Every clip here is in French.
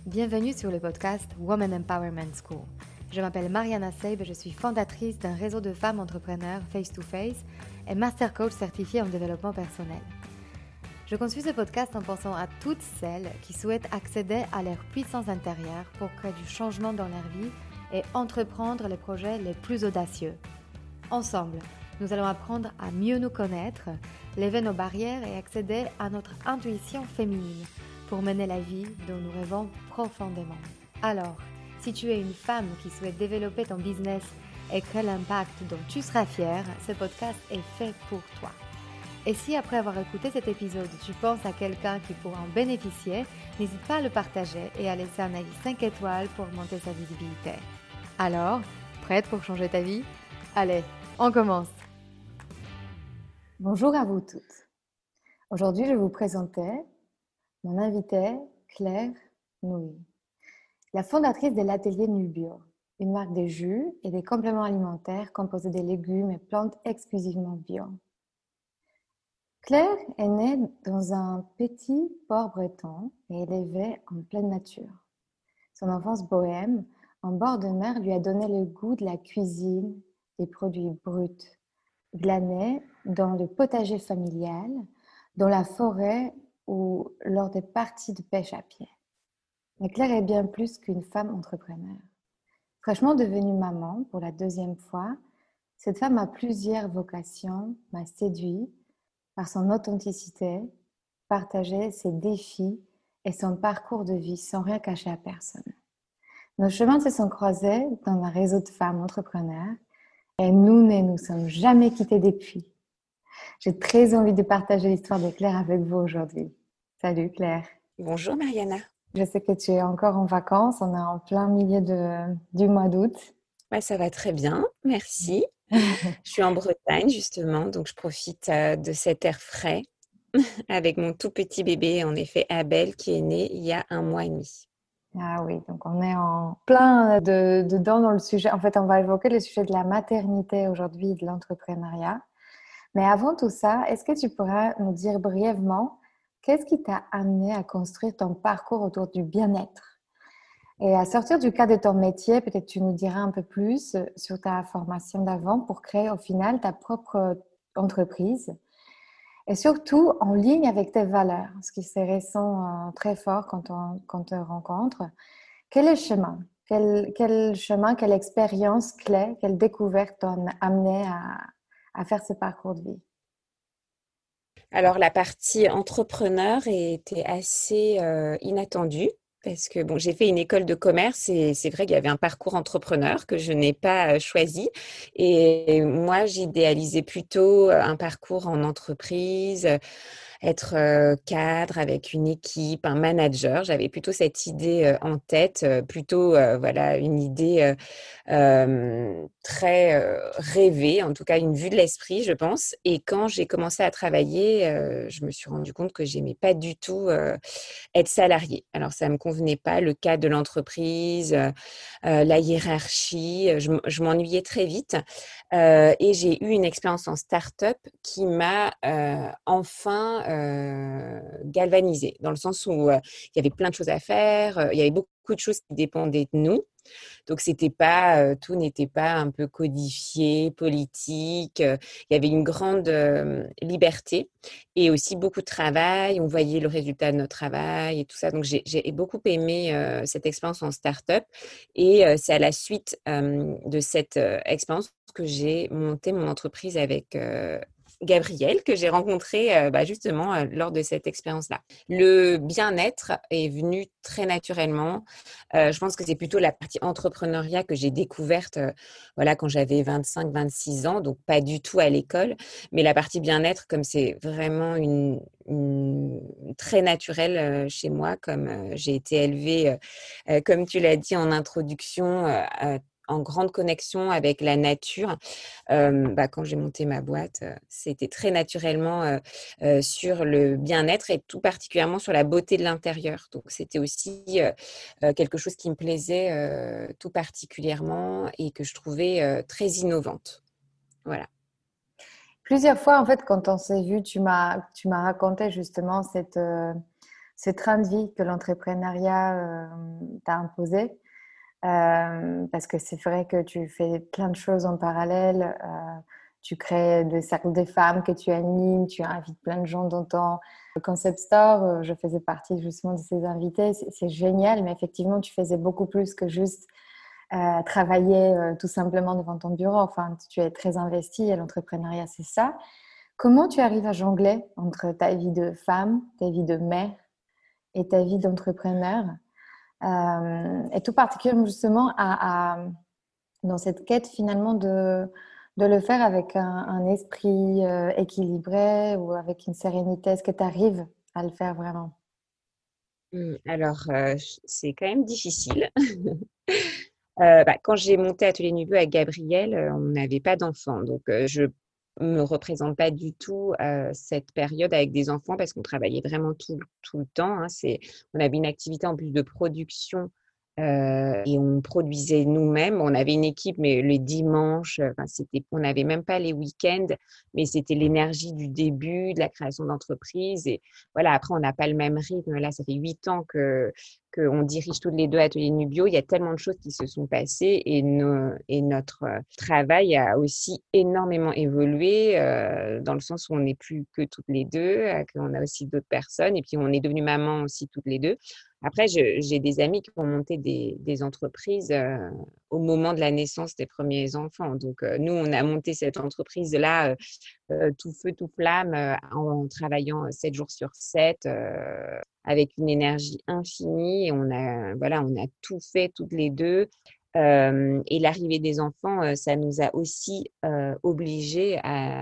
Bienvenue sur le podcast Women Empowerment School. Je m'appelle Mariana Seib et je suis fondatrice d'un réseau de femmes entrepreneurs face-to-face et master coach certifié en développement personnel. Je conçois ce podcast en pensant à toutes celles qui souhaitent accéder à leur puissance intérieure pour créer du changement dans leur vie et entreprendre les projets les plus audacieux. Ensemble, nous allons apprendre à mieux nous connaître, lever nos barrières et accéder à notre intuition féminine pour mener la vie dont nous rêvons profondément. Alors, si tu es une femme qui souhaite développer ton business et créer l'impact dont tu seras fière, ce podcast est fait pour toi. Et si après avoir écouté cet épisode, tu penses à quelqu'un qui pourra en bénéficier, n'hésite pas à le partager et à laisser un avis 5 étoiles pour augmenter sa visibilité. Alors, prête pour changer ta vie ? Allez, on commence. Bonjour à vous toutes. Aujourd'hui, je vais vous présenter mon invitée, Claire Nouy, la fondatrice de l'atelier Nubio, une marque de jus et des compléments alimentaires composés de légumes et plantes exclusivement bio. Claire est née dans un petit port breton et élevée en pleine nature. Son enfance bohème, en bord de mer, lui a donné le goût de la cuisine, des produits bruts, glanés dans le potager familial, dans la forêt ou lors des parties de pêche à pied. Mais Claire est bien plus qu'une femme entrepreneur. Fraîchement devenue maman pour la 2e fois, cette femme a plusieurs vocations, m'a séduit par son authenticité, partager ses défis et son parcours de vie sans rien cacher à personne. Nos chemins se sont croisés dans un réseau de femmes entrepreneurs et nous ne nous sommes jamais quittés depuis. J'ai très envie de partager l'histoire de Claire avec vous aujourd'hui. Salut Claire. Bonjour Mariana. Je sais que tu es encore en vacances, on est en plein milieu du mois d'août. Ouais, ça va très bien, merci. Je suis en Bretagne justement, donc je profite de cet air frais avec mon tout petit bébé, en effet Abel, qui est né il y a 1 mois et demi. Ah oui, donc on est en plein dedans dans le sujet. En fait, on va évoquer le sujet de la maternité aujourd'hui et de l'entrepreneuriat. Mais avant tout ça, est-ce que tu pourras nous dire brièvement qu'est-ce qui t'a amené à construire ton parcours autour du bien-être et à sortir du cadre de ton métier? Peut-être tu nous diras un peu plus sur ta formation d'avant pour créer au final ta propre entreprise et surtout en ligne avec tes valeurs, ce qui se ressent très fort quand on te rencontre. Quel est le chemin? Quel chemin, quelle expérience clé, quelle découverte t'ont amené à faire ce parcours de vie? Alors la partie entrepreneur était assez inattendue. Parce que bon, j'ai fait une école de commerce et c'est vrai qu'il y avait un parcours entrepreneur que je n'ai pas choisi. Et moi, j'idéalisais plutôt un parcours en entreprise, être cadre avec une équipe, un manager. J'avais plutôt cette idée en tête, plutôt voilà, une idée très rêvée, en tout cas une vue de l'esprit, je pense. Et quand j'ai commencé à travailler, je me suis rendu compte que j'aimais pas du tout être salariée. Alors, ça me convenait pas, le cadre de l'entreprise, la hiérarchie. Je m'ennuyais très vite. Et j'ai eu une expérience en start-up qui m'a enfin galvanisée, dans le sens où il y avait plein de choses à faire, il y avait beaucoup de choses qui dépendaient de nous. Donc, c'était pas, tout n'était pas un peu codifié, politique. Il y avait une grande liberté et aussi beaucoup de travail. On voyait le résultat de notre travail et tout ça. Donc, j'ai beaucoup aimé cette expérience en start-up. Et c'est à la suite de cette expérience que j'ai monté mon entreprise avec Gabriel, que j'ai rencontré justement lors de cette expérience-là. Le bien-être est venu très naturellement. Je pense que c'est plutôt la partie entrepreneuriat que j'ai découverte voilà, quand j'avais 25-26 ans, donc pas du tout à l'école. Mais la partie bien-être, comme c'est vraiment une très naturelle chez moi, comme j'ai été élevée, comme tu l'as dit en introduction, en grande connexion avec la nature. Quand j'ai monté ma boîte, c'était très naturellement sur le bien-être et tout particulièrement sur la beauté de l'intérieur. Donc, c'était aussi quelque chose qui me plaisait tout particulièrement et que je trouvais très innovante. Voilà. Plusieurs fois, en fait, quand on s'est vu, tu m'as raconté justement cette ce train de vie que l'entrepreneuriat t'a imposé. Parce que c'est vrai que tu fais plein de choses en parallèle. Tu crées des cercles de femmes que tu animes, tu invites plein de gens dans ton concept store. Je faisais partie justement de ces invités. C'est génial, mais effectivement, tu faisais beaucoup plus que juste travailler tout simplement devant ton bureau. Enfin, tu es très investi et l'entrepreneuriat, c'est ça. Comment tu arrives à jongler entre ta vie de femme, ta vie de mère et ta vie d'entrepreneur et tout particulièrement justement dans cette quête finalement de le faire avec un esprit équilibré ou avec une sérénité. Est-ce que tu arrives à le faire vraiment? Alors, c'est quand même difficile. Quand j'ai monté Atelier Nubio avec Gabriel, on n'avait pas d'enfants. Donc, je me représente pas du tout cette période avec des enfants parce qu'on travaillait vraiment tout le temps, hein. On avait une activité en plus de production et on produisait nous-mêmes. On avait une équipe, mais les dimanches, on n'avait même pas les week-ends, mais c'était l'énergie du début, de la création d'entreprise. Et voilà, après, on n'a pas le même rythme. Là, ça fait 8 ans qu'on dirige toutes les deux Atelier Nubio. Il y a tellement de choses qui se sont passées et notre travail a aussi énormément évolué dans le sens où on n'est plus que toutes les deux, qu'on a aussi d'autres personnes et puis on est devenues maman aussi toutes les deux. Après, j'ai des amis qui ont monté des entreprises au moment de la naissance des premiers enfants. Donc, nous, on a monté cette entreprise-là tout feu, tout flamme, en travaillant 7 jours sur 7, avec une énergie infinie. Et on a tout fait toutes les deux. Et l'arrivée des enfants, ça nous a aussi obligés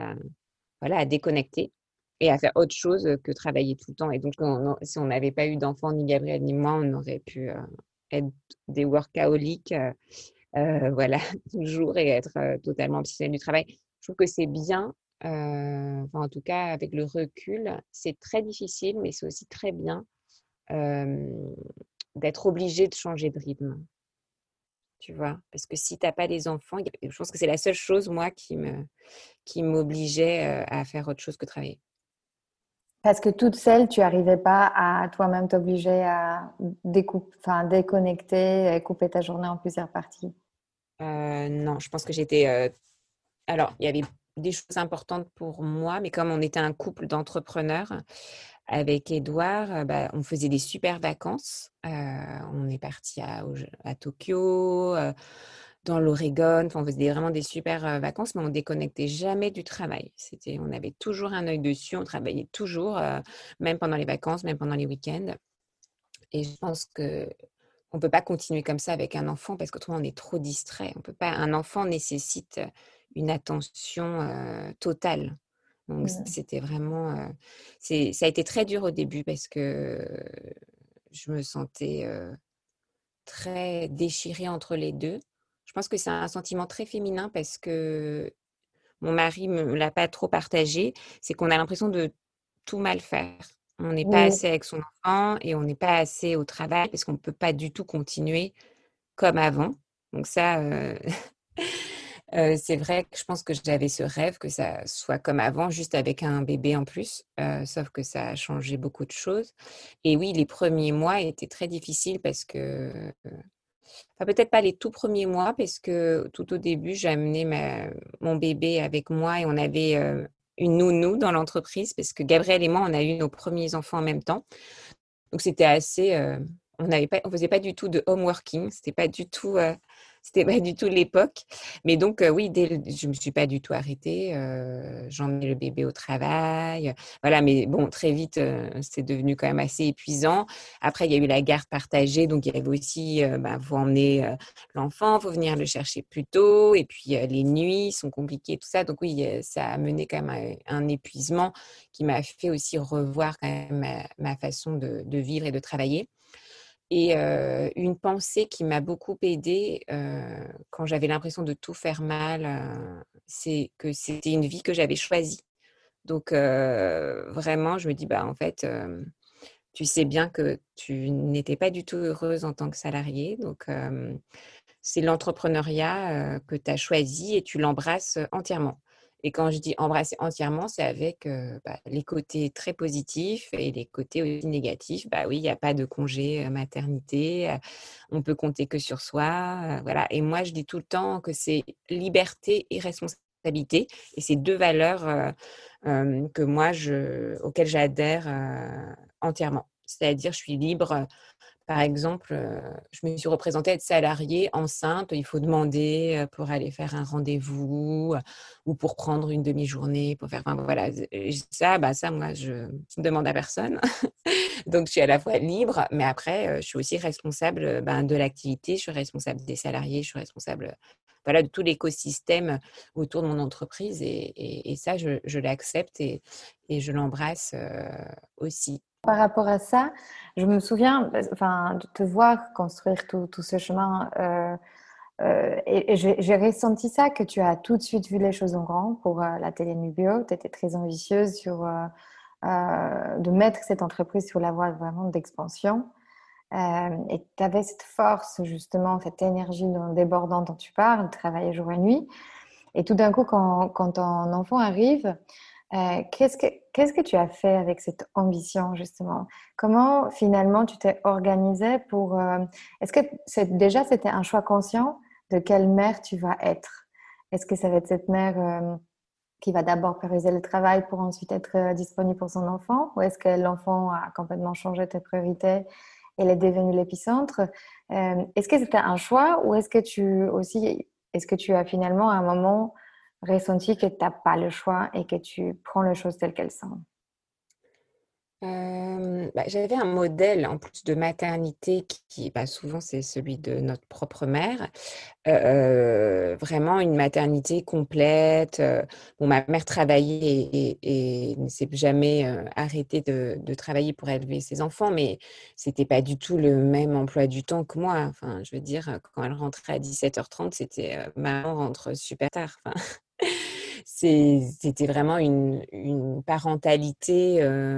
à déconnecter et à faire autre chose que travailler tout le temps. Et donc, si on n'avait pas eu d'enfants, ni Gabriel ni moi, on aurait pu être des workaholics, voilà, toujours et être totalement obsessionnels du travail. Je trouve que c'est bien, en tout cas, avec le recul, c'est très difficile, mais c'est aussi très bien euh, d'être obligé de changer de rythme, tu vois. Parce que si tu n'as pas les enfants, je pense que c'est la seule chose, moi, qui m'obligeait à faire autre chose que travailler. Parce que toute seule, tu n'arrivais pas à toi-même t'obliger à déconnecter et couper ta journée en plusieurs parties. Non, je pense que j'étais. Alors, il y avait des choses importantes pour moi, mais comme on était un couple d'entrepreneurs avec Édouard, on faisait des super vacances. On est parti à Tokyo, dans l'Oregon. Enfin, on faisait vraiment des super vacances, mais on déconnectait jamais du travail. On avait toujours un œil dessus, on travaillait toujours, même pendant les vacances, même pendant les week-ends. Et je pense que on peut pas continuer comme ça avec un enfant parce qu'autrement on est trop distrait. On peut pas. Un enfant nécessite une attention totale. Donc Mm. c'était vraiment. Ça a été très dur au début parce que je me sentais très déchirée entre les deux. Je pense que c'est un sentiment très féminin parce que mon mari me l'a pas trop partagé. C'est qu'on a l'impression de tout mal faire. On n'est pas Oui. assez avec son enfant et on n'est pas assez au travail parce qu'on ne peut pas du tout continuer comme avant. Donc ça, c'est vrai que je pense que j'avais ce rêve que ça soit comme avant, juste avec un bébé en plus, sauf que ça a changé beaucoup de choses. Et oui, les premiers mois étaient très difficiles parce que, enfin peut-être pas les tout premiers mois, parce que tout au début, j'ai amené mon bébé avec moi et on avait une nounou dans l'entreprise parce que Gabriel et moi, on a eu nos premiers enfants en même temps. Donc c'était assez, on faisait pas du tout de home working, c'était pas du tout l'époque. Mais donc oui, je me suis pas du tout arrêtée, j'emmenais le bébé au travail, voilà. Mais bon, très vite, c'est devenu quand même assez épuisant. Après, il y a eu la garde partagée, donc il y avait aussi, faut emmener l'enfant, faut venir le chercher plus tôt, et puis les nuits sont compliquées, tout ça. Donc oui, ça a mené quand même à un épuisement qui m'a fait aussi revoir quand même ma façon de vivre et de travailler. Et une pensée qui m'a beaucoup aidée quand j'avais l'impression de tout faire mal, c'est que c'était une vie que j'avais choisie. Donc vraiment, je me dis, en fait, tu sais bien que tu n'étais pas du tout heureuse en tant que salariée. Donc c'est l'entrepreneuriat que tu as choisi et tu l'embrasses entièrement. Et quand je dis embrasser entièrement, c'est avec les côtés très positifs et les côtés aussi négatifs. Bah oui, il n'y a pas de congé maternité, on peut compter que sur soi, voilà. Et moi, je dis tout le temps que c'est liberté et responsabilité, et c'est deux valeurs que moi, auxquelles j'adhère entièrement. C'est-à-dire, je suis libre. Par exemple, je me suis représentée être salariée enceinte. Il faut demander pour aller faire un rendez-vous ou pour prendre une demi-journée pour faire. Enfin, voilà, ça, moi, je ne demande à personne. Donc, je suis à la fois libre, mais après, je suis aussi responsable de l'activité. Je suis responsable des salariés. Je suis responsable, voilà, de tout l'écosystème autour de mon entreprise. Et ça, je l'accepte et je l'embrasse aussi. Par rapport à ça, je me souviens, enfin, de te voir construire tout ce chemin. Et j'ai ressenti ça, que tu as tout de suite vu les choses en grand pour la télé Nubio. Tu étais très ambitieuse de mettre cette entreprise sur la voie vraiment d'expansion. Et tu avais cette force, justement, cette énergie débordante dont tu parles, travailler jour et nuit. Et tout d'un coup, quand ton enfant arrive, qu'est-ce que tu as fait avec cette ambition, justement? Comment, finalement, tu t'es organisée pour... est-ce que déjà, c'était un choix conscient de quelle mère tu vas être? Est-ce que ça va être cette mère qui va d'abord prioriser le travail pour ensuite être disponible pour son enfant? Ou est-ce que l'enfant a complètement changé tes priorités et elle est devenue l'épicentre? Est-ce que c'était un choix ou est-ce que tu as finalement à un moment ressenti que tu n'as pas le choix et que tu prends les choses telles qu'elles sont? J'avais un modèle en plus de maternité souvent c'est celui de notre propre mère. Vraiment une maternité complète. Bon, ma mère travaillait et ne s'est jamais arrêtée de travailler pour élever ses enfants, mais c'était pas du tout le même emploi du temps que moi. Enfin, je veux dire, quand elle rentrait à 17h30, c'était maman rentre super tard. Enfin, c'était vraiment une parentalité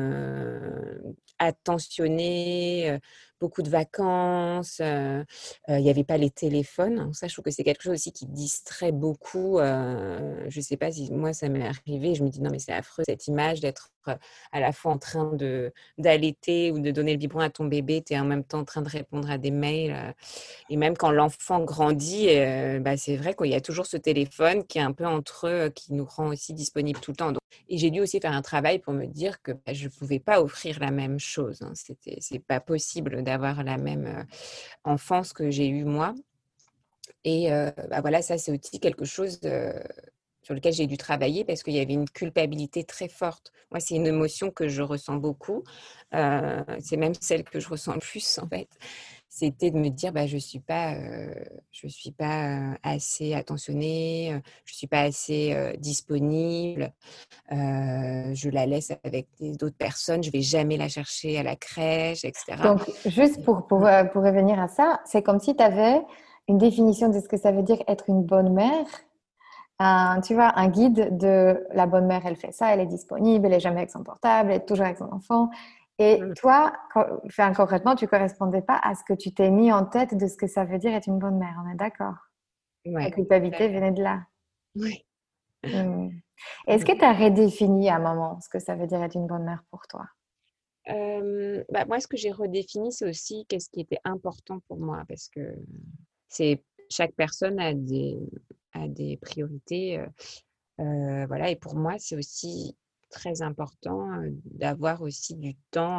attentionnée, beaucoup de vacances. Il y avait pas les téléphones. Donc ça, je trouve que c'est quelque chose aussi qui distrait beaucoup. Je sais pas si moi, ça m'est arrivé. Je me dis: «Non, mais c'est affreux cette image d'être, à la fois en train d'allaiter ou de donner le biberon à ton bébé. Tu es en même temps en train de répondre à des mails», et même quand l'enfant grandit, c'est vrai qu'il y a toujours ce téléphone qui est un peu entre eux, qui nous rend aussi disponibles tout le temps. Donc et j'ai dû aussi faire un travail pour me dire que, je ne pouvais pas offrir la même chose, hein. C'est pas possible d'avoir la même, enfance que j'ai eue moi. Et voilà, ça, c'est aussi quelque chose, sur lequel j'ai dû travailler parce qu'il y avait une culpabilité très forte. Moi, c'est une émotion que je ressens beaucoup, c'est même celle que je ressens le plus, en fait. C'était de me dire: je suis pas, assez attentionnée, je suis pas assez, disponible, je la laisse avec des d'autres personnes, je vais jamais la chercher à la crèche et cetera». Donc, juste Mmh. pour revenir à ça, c'est comme si tu avais une définition de ce que ça veut dire être une bonne mère, tu vois, un guide de la bonne mère, elle fait ça, elle est disponible, elle est jamais avec son portable, elle est toujours avec son enfant. Et Mmh. toi, enfin, concrètement, tu correspondais pas à ce que tu t'es mis en tête de ce que ça veut dire être une bonne mère, on est d'accord? La Ouais, culpabilité complètement. venait de là. Ouais. Hmm. Est-ce Mmh. que tu as redéfini à un moment ce que ça veut dire être une bonne mère pour toi? Moi, ce que j'ai redéfini, c'est aussi qu'est-ce qui était important pour moi parce que c'est chaque personne a des priorités, voilà. Et pour moi, c'est aussi très important, d'avoir aussi du temps,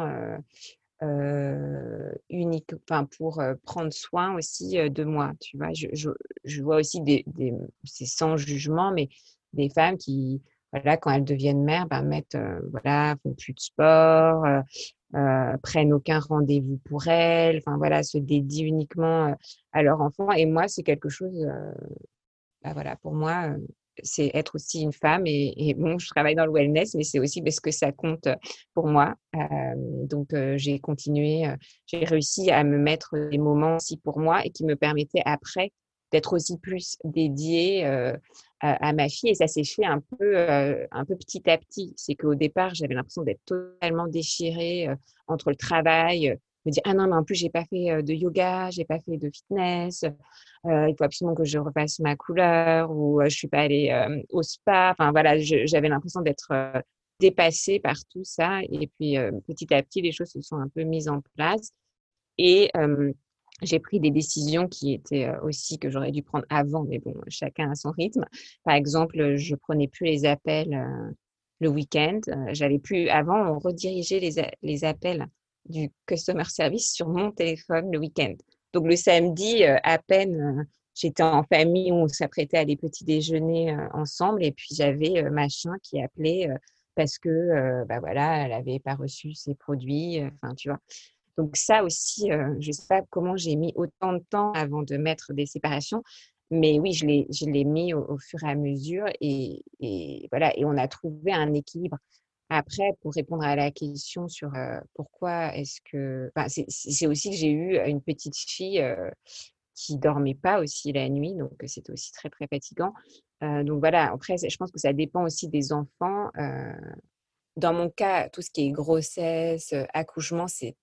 unique enfin pour, prendre soin aussi, de moi, tu vois? Je vois aussi c'est sans jugement, mais des femmes qui, voilà, quand elles deviennent mères, mettent, voilà, font plus de sport, prennent aucun rendez-vous pour elles, enfin voilà, se dédient uniquement, à leur enfant. Et moi, c'est quelque chose, voilà, pour moi, c'est être aussi une femme. Et bon, je travaille dans le wellness, mais c'est aussi parce que ça compte, pour moi. Donc j'ai continué, j'ai réussi à me mettre des moments aussi pour moi et qui me permettaient après d'être aussi plus dédiée, à ma fille. Et ça s'est fait un peu petit à petit. C'est qu'au départ, j'avais l'impression d'être totalement déchirée, entre le travail, me dis, ah non, mais en plus, j'ai pas fait de yoga, j'ai pas fait de fitness, il faut absolument que je repasse ma couleur ou je suis pas allée au spa. Enfin, voilà, j'avais l'impression d'être dépassée par tout ça. Et puis, petit à petit, les choses se sont un peu mises en place. Et j'ai pris des décisions qui étaient aussi que j'aurais dû prendre avant, mais bon, chacun a son rythme. Par exemple, je prenais plus les appels le week-end. J'avais plus. Avant, on redirigeait les appels du customer service sur mon téléphone le week-end. Donc le samedi, à peine, j'étais en famille où on s'apprêtait à des petits déjeuners ensemble, et puis j'avais machin qui appelait parce que, bah voilà, elle avait pas reçu ses produits. Enfin, tu vois. Donc ça aussi, je ne sais pas comment j'ai mis autant de temps avant de mettre des séparations, mais oui, je l'ai mis au fur et à mesure et voilà, et on a trouvé un équilibre. Après, pour répondre à la question sur pourquoi est-ce que... Enfin, c'est aussi que j'ai eu une petite fille qui dormait pas aussi la nuit, donc c'était aussi très, très fatigant. Donc voilà, après, je pense que ça dépend aussi des enfants. Dans mon cas, tout ce qui est grossesse, accouchement,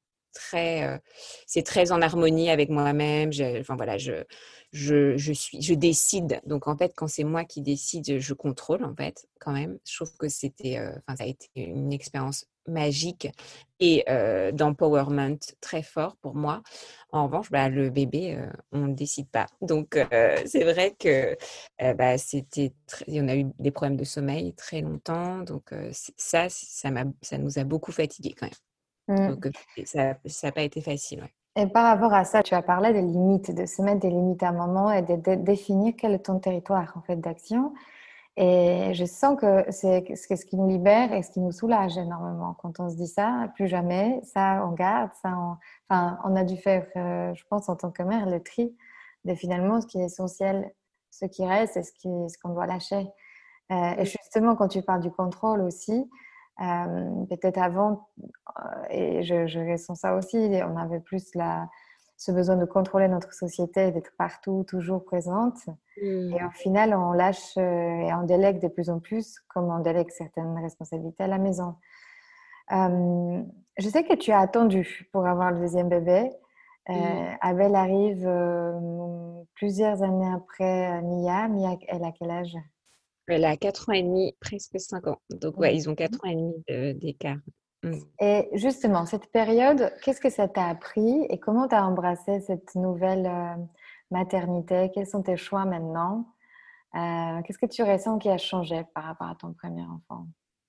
c'est très en harmonie avec moi-même. Enfin voilà, je décide. Donc en fait, quand c'est moi qui décide, je contrôle en fait quand même. Je trouve que enfin ça a été une expérience magique et d'empowerment très fort pour moi. En revanche, bah, le bébé, on ne décide pas. Donc c'est vrai que bah, on a eu des problèmes de sommeil très longtemps. Donc ça nous a beaucoup fatigués quand même. Mm. Donc ça n'a pas été facile. Ouais. Et par rapport à ça, tu as parlé des limites, de se mettre des limites à un moment et de définir quel est ton territoire en fait d'action. Et je sens que c'est ce qui nous libère et ce qui nous soulage énormément quand on se dit ça, plus jamais, ça on garde, enfin on a dû faire, je pense en tant que mère, le tri de finalement ce qui est essentiel, ce qui reste et ce qu'on doit lâcher. Et Mm. justement, quand tu parles du contrôle aussi, peut-être avant, et je ressens ça aussi, on avait plus ce besoin de contrôler notre société, d'être partout, toujours présente. Et Mm. au final, on lâche et on délègue de plus en plus, comme on délègue certaines responsabilités à la maison. Je sais que tu as attendu pour avoir le deuxième bébé. Mm. Abel arrive plusieurs années après Mia. Mia, elle a quel âge? Elle a 4 ans et demi, presque 5 ans. Donc ouais, ils ont 4 ans et demi d'écart. Mm. Et justement, cette période, qu'est-ce que ça t'a appris et comment tu as embrassé cette nouvelle maternité? Quels sont tes choix maintenant? Qu'est-ce que tu ressens qui a changé par rapport à ton premier enfant?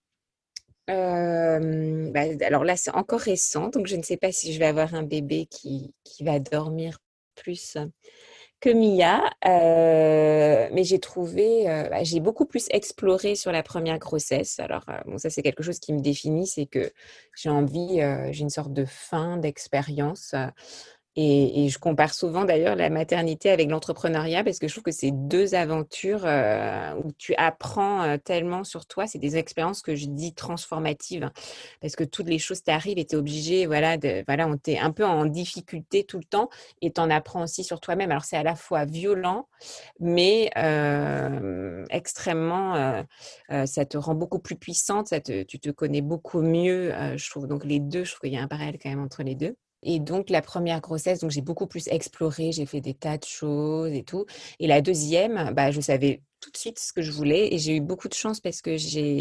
Bah, alors là, c'est encore récent, donc je ne sais pas si je vais avoir un bébé qui va dormir plus que Mia, mais j'ai beaucoup plus exploré sur la première grossesse. Alors, bon, ça, c'est quelque chose qui me définit, c'est que j'ai une sorte de fin d'expérience. Et je compare souvent d'ailleurs la maternité avec l'entrepreneuriat parce que je trouve que c'est deux aventures où tu apprends tellement sur toi. C'est des expériences que je dis transformatives parce que toutes les choses t'arrivent et tu es obligé, voilà, on t'est un peu en difficulté tout le temps et tu en apprends aussi sur toi-même. Alors c'est à la fois violent, mais extrêmement, ça te rend beaucoup plus puissante, tu te connais beaucoup mieux, je trouve. Donc les deux, je trouve qu'il y a un parallèle quand même entre les deux. Et donc, la première grossesse, donc j'ai beaucoup plus exploré, j'ai fait des tas de choses et tout. Et la deuxième, bah, je savais tout de suite ce que je voulais et j'ai eu beaucoup de chance parce que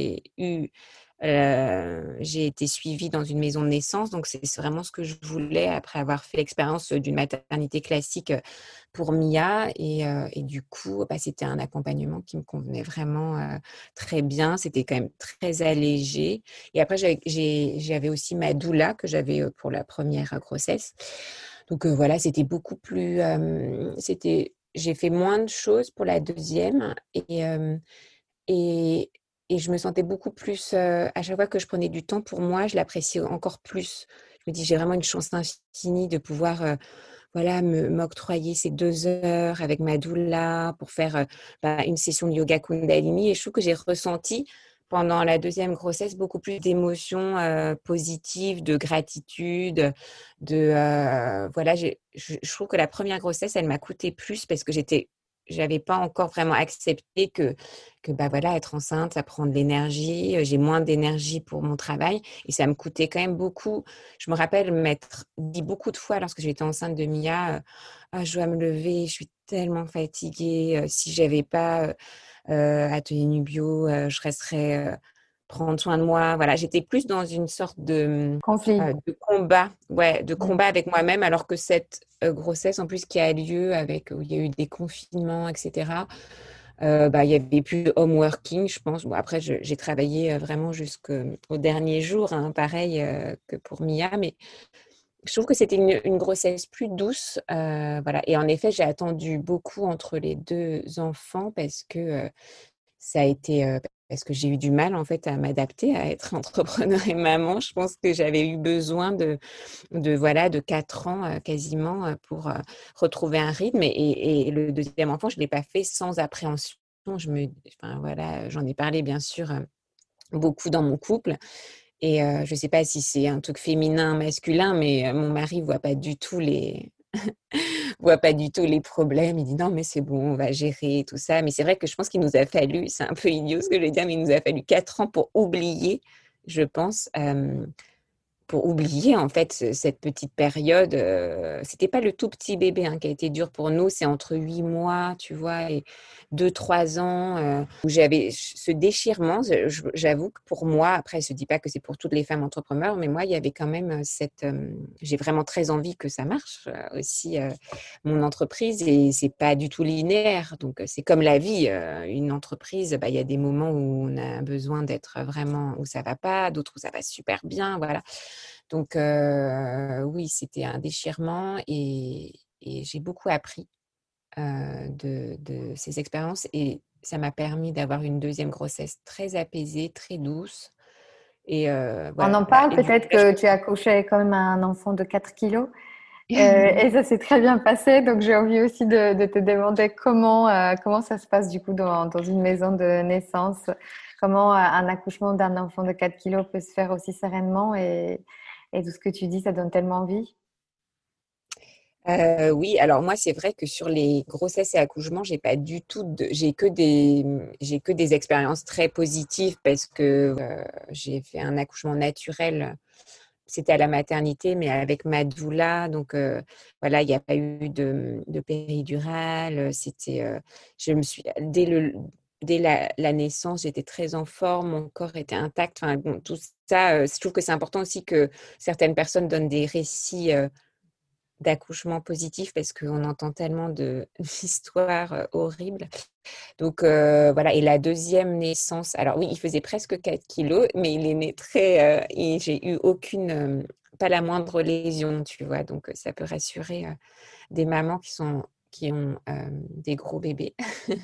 j'ai été suivie dans une maison de naissance. Donc, c'est vraiment ce que je voulais après avoir fait l'expérience d'une maternité classique pour Mia. Et du coup, bah, c'était un accompagnement qui me convenait vraiment très bien. C'était quand même très allégé. Et après, j'avais aussi ma doula que j'avais pour la première grossesse. Donc voilà, c'était beaucoup plus... j'ai fait moins de choses pour la deuxième et, et je me sentais beaucoup plus... à chaque fois que je prenais du temps pour moi, je l'appréciais encore plus. Je me dis, j'ai vraiment une chance infinie de pouvoir voilà, m'octroyer ces 2 heures avec ma doula pour faire une session de yoga Kundalini. Et je trouve que j'ai ressenti pendant la deuxième grossesse beaucoup plus d'émotions positives, de gratitude, voilà, je trouve que la première grossesse, elle m'a coûté plus parce que j'étais j'avais pas encore vraiment accepté que bah voilà, être enceinte, ça prend de l'énergie. J'ai moins d'énergie pour mon travail et ça me coûtait quand même beaucoup. Je me rappelle m'être dit beaucoup de fois lorsque j'étais enceinte de Mia, ah, je dois me lever, je suis tellement fatiguée. Si j'avais pas atelier Nubio, je resterais prendre soin de moi. Voilà, j'étais plus dans une sorte Conflit. de combat, ouais, de Mm. combat avec moi-même, alors que cette grossesse, en plus, qui a lieu avec, où il y a eu des confinements, etc., bah, il y avait plus de home working, je pense. Bon, après, j'ai travaillé vraiment jusqu'au dernier jour, hein, pareil que pour Mia, mais je trouve que c'était une grossesse plus douce. Voilà. Et en effet, j'ai attendu beaucoup entre les deux enfants parce que ça a été parce que j'ai eu du mal en fait à m'adapter à être entrepreneur et maman. Je pense que j'avais eu besoin voilà, de 4 ans quasiment pour retrouver un rythme. Et le deuxième enfant, je ne l'ai pas fait sans appréhension. Enfin, voilà, j'en ai parlé bien sûr beaucoup dans mon couple. Et je ne sais pas si c'est un truc féminin, masculin, mais mon mari voit pas du tout voit pas du tout les problèmes. Il dit non, mais c'est bon, on va gérer tout ça. Mais c'est vrai que je pense qu'il nous a fallu, c'est un peu idiot ce que je vais dire, mais il nous a fallu 4 ans pour oublier, je pense, pour oublier en fait cette petite période. C'était pas le tout petit bébé qui a été dur pour nous, c'est entre 8 mois, tu vois, et 2, 3 ans où j'avais ce déchirement. J'avoue que pour moi, après, je ne dis pas que c'est pour toutes les femmes entrepreneurs, mais moi, il y avait quand même j'ai vraiment très envie que ça marche aussi, mon entreprise, et c'est pas du tout linéaire. Donc, c'est comme la vie. Une entreprise, bah, il y a des moments où on a besoin d'être vraiment, où ça va pas, d'autres où ça va super bien, voilà. Donc, oui, c'était un déchirement et j'ai beaucoup appris de ces expériences et ça m'a permis d'avoir une deuxième grossesse très apaisée, très douce. Et On en voilà. parle, Et du coup, peut-être là, je que tu as continue. accouché quand même un enfant de 4 kilos. Et ça s'est très bien passé. Donc, j'ai envie aussi de te demander comment ça se passe du coup dans une maison de naissance. Comment un accouchement d'un enfant de 4 kilos peut se faire aussi sereinement et tout ce que tu dis, ça donne tellement envie. Oui, alors moi, c'est vrai que sur les grossesses et accouchements, j'ai que des expériences très positives parce que j'ai fait un accouchement naturel. C'était à la maternité, mais avec ma doula. Donc, voilà, il n'y a pas eu de péridurale. Dès la naissance, j'étais très en forme, mon corps était intact. Enfin, bon, tout ça, je trouve que c'est important aussi que certaines personnes donnent des récits d'accouchement positif parce qu'on entend tellement d'histoires horribles. Donc, voilà. Et la deuxième naissance, alors oui, il faisait presque 4 kilos, mais il est né et j'ai eu pas la moindre lésion, tu vois. Donc, ça peut rassurer des mamans qui ont des gros bébés.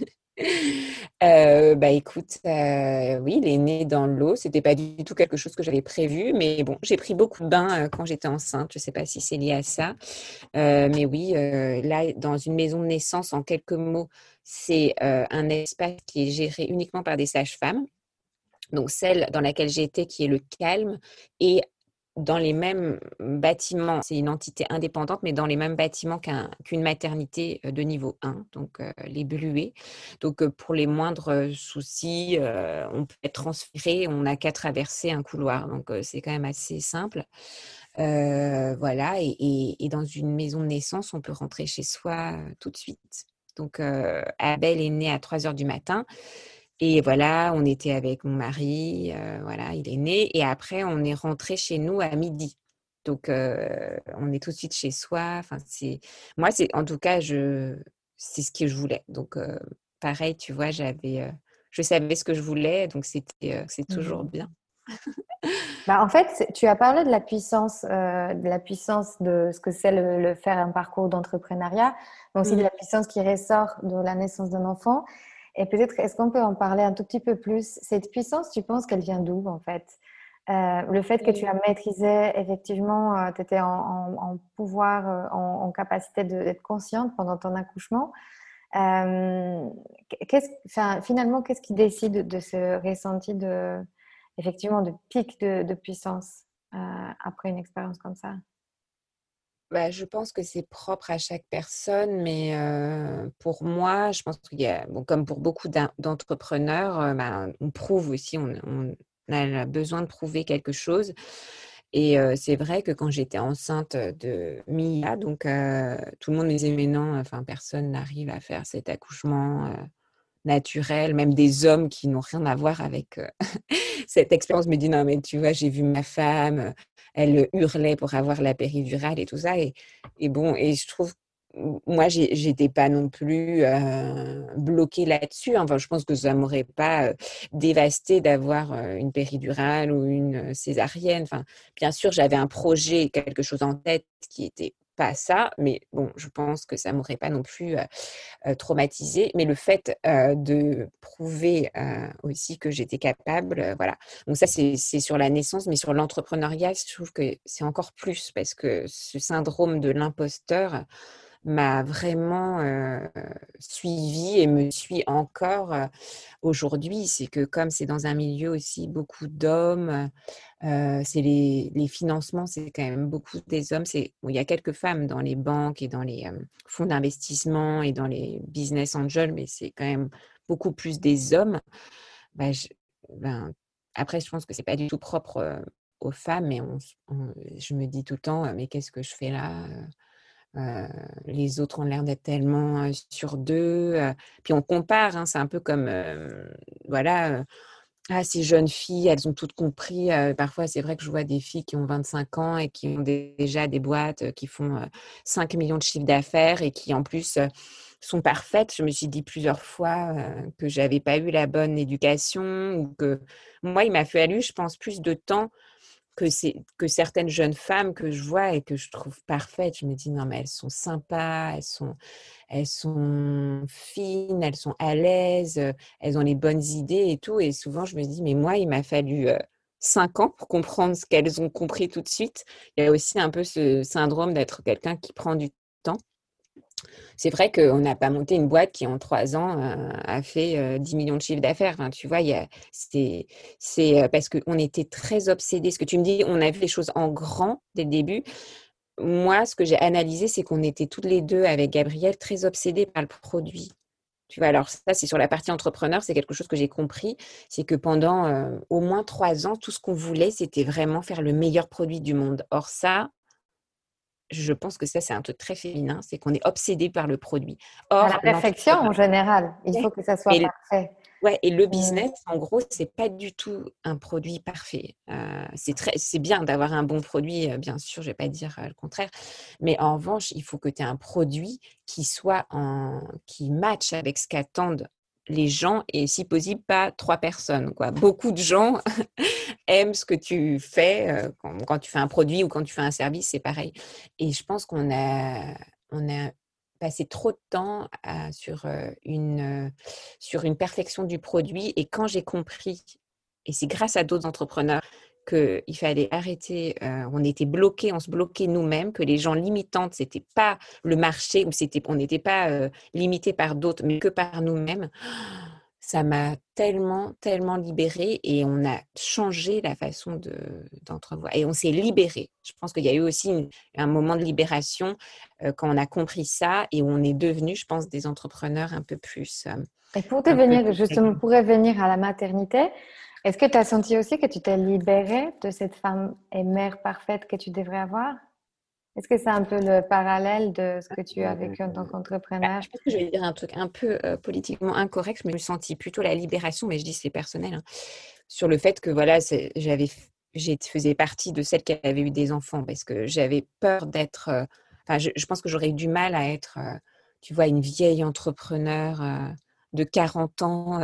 Bah écoute, oui, il est né dans l'eau. C'était pas du tout quelque chose que j'avais prévu, mais bon, j'ai pris beaucoup de bains quand j'étais enceinte. Je sais pas si c'est lié à ça. Mais oui, là, dans une maison de naissance, en quelques mots, c'est un espace qui est géré uniquement par des sages-femmes. Donc, celle dans laquelle j'étais, qui est le calme, et dans les mêmes bâtiments, c'est une entité indépendante, mais dans les mêmes bâtiments qu'une maternité de niveau 1, donc les Bluets. Donc, pour les moindres soucis, on peut être transféré, on n'a qu'à traverser un couloir. Donc, c'est quand même assez simple. Voilà, et dans une maison de naissance, on peut rentrer chez soi tout de suite. Donc, Abel est né à 3 heures du matin. Et voilà, on était avec mon mari, voilà, il est né. Et après, on est rentré chez nous à midi. Donc, on est tout de suite chez soi. Enfin, moi, en tout cas, c'est ce que je voulais. Donc, pareil, tu vois, je savais ce que je voulais, donc c'est toujours Mhm. bien. Bah, en fait, tu as parlé de la puissance de ce que c'est le faire un parcours d'entrepreneuriat, mais aussi de Mm. la puissance qui ressort de la naissance d'un enfant. Et peut-être, est-ce qu'on peut en parler un tout petit peu plus? Cette puissance, tu penses qu'elle vient d'où, en fait? Le fait que tu as maîtrisé, effectivement, tu étais en pouvoir, en capacité d'être consciente pendant ton accouchement. Euh, enfin, finalement, qu'est-ce qui décide de ce ressenti effectivement, de pic de puissance après une expérience comme ça? Je pense que c'est propre à chaque personne, mais pour moi, je pense qu'il y a, bon, comme pour beaucoup d'entrepreneurs, on prouve aussi, on a besoin de prouver quelque chose. Et c'est vrai que quand j'étais enceinte de Mia, donc tout le monde me disait, mais non, enfin, personne n'arrive à faire cet accouchement naturel, même des hommes qui n'ont rien à voir avec cette expérience me dit: «Non, mais tu vois, j'ai vu ma femme, elle hurlait pour avoir la péridurale et tout ça» et bon et je trouve moi, j'étais pas non plus, bloquée là-dessus, hein. Enfin, je pense que ça m'aurait pas, dévastée d'avoir, une péridurale ou une, césarienne. Enfin, bien sûr, j'avais un projet, quelque chose en tête qui était pas ça, mais bon, je pense que ça m'aurait pas non plus, traumatisée, mais le fait, de prouver, aussi que j'étais capable, voilà. Donc ça, c'est sur la naissance, mais sur l'entrepreneuriat, je trouve que c'est encore plus parce que ce syndrome de l'imposteur m'a vraiment, suivie et me suit encore, aujourd'hui. C'est que comme c'est dans un milieu aussi beaucoup d'hommes, c'est les financements, c'est quand même beaucoup des hommes. Bon, il y a quelques femmes dans les banques et dans les, fonds d'investissement et dans les business angels, mais c'est quand même beaucoup plus des hommes. Bah, je ben, après je pense que c'est pas du tout propre, aux femmes, mais je me dis tout le temps: «Mais qu'est-ce que je fais là?» Les autres ont l'air d'être tellement, sûrs d'eux, puis on compare, hein, c'est un peu comme, voilà, «Ah ces jeunes filles, elles ont toutes compris», parfois c'est vrai que je vois des filles qui ont 25 ans et qui ont déjà des boîtes, qui font, 5 000 000 de chiffre d'affaires et qui en plus, sont parfaites. Je me suis dit plusieurs fois, que j'avais pas eu la bonne éducation ou que moi, il m'a fallu, je pense, plus de temps que certaines jeunes femmes que je vois et que je trouve parfaites. Je me dis: «Non, mais elles sont sympas, elles sont fines, elles sont à l'aise, elles ont les bonnes idées et tout» et souvent je me dis: «Mais moi, il m'a fallu, 5 ans pour comprendre ce qu'elles ont compris tout de suite». Il y a aussi un peu ce syndrome d'être quelqu'un qui prend du temps. C'est vrai qu'on n'a pas monté une boîte qui en 3 ans, a fait, 10 000 000 de chiffre d'affaires. Enfin, tu vois, il y a parce qu'on était très obsédés. Ce que tu me dis, on a vu les choses en grand dès le début. Moi, ce que j'ai analysé, c'est qu'on était toutes les 2 avec Gabriel très obsédés par le produit. Tu vois? Alors ça, c'est sur la partie entrepreneur, c'est quelque chose que j'ai compris. C'est que pendant, au moins 3 ans, tout ce qu'on voulait, c'était vraiment faire le meilleur produit du monde. Or ça, je pense que ça, c'est un truc très féminin, c'est qu'on est obsédé par le produit. À la Or, perfection en général. Il ouais, faut que ça soit mais parfait. ouais et le Mm. business, en gros, c'est pas du tout un produit parfait. C'est bien d'avoir un bon produit, bien sûr, je vais pas dire, le contraire. Mais en revanche, il faut que tu aies un produit qui matche avec ce qu'attendent les gens et si possible pas 3 personnes, quoi. Beaucoup de gens aiment ce que tu fais, quand tu fais un produit ou quand tu fais un service, c'est pareil et je pense qu'on a passé trop de temps sur une perfection du produit et quand j'ai compris et c'est grâce à d'autres entrepreneurs qu'il fallait arrêter, on était bloqués, on se bloquait nous-mêmes, que les gens limitantes, c'était pas le marché ou on n'était pas, limité par d'autres, mais que par nous-mêmes. Ça m'a tellement, tellement libérée et on a changé la façon d'entrevoir et on s'est libérés. Je pense qu'il y a eu aussi un moment de libération, quand on a compris ça et où on est devenus, je pense, des entrepreneurs Et pour un peu devenir, plus justement, pour revenir à la maternité, est-ce que tu as senti aussi que tu t'es libérée de cette femme et mère parfaite que tu devrais avoir? Est-ce que c'est un peu le parallèle de ce que tu as vécu en tant qu'entrepreneur? je pense que je vais dire un truc un peu, politiquement incorrect, mais je me sentis plutôt la libération, mais je dis c'est personnel, hein, sur le fait que voilà, faisais partie de celles qui avaient eu des enfants parce que j'avais peur d'être, enfin je pense que j'aurais eu du mal à être, tu vois, une vieille entrepreneur, de 40 ans,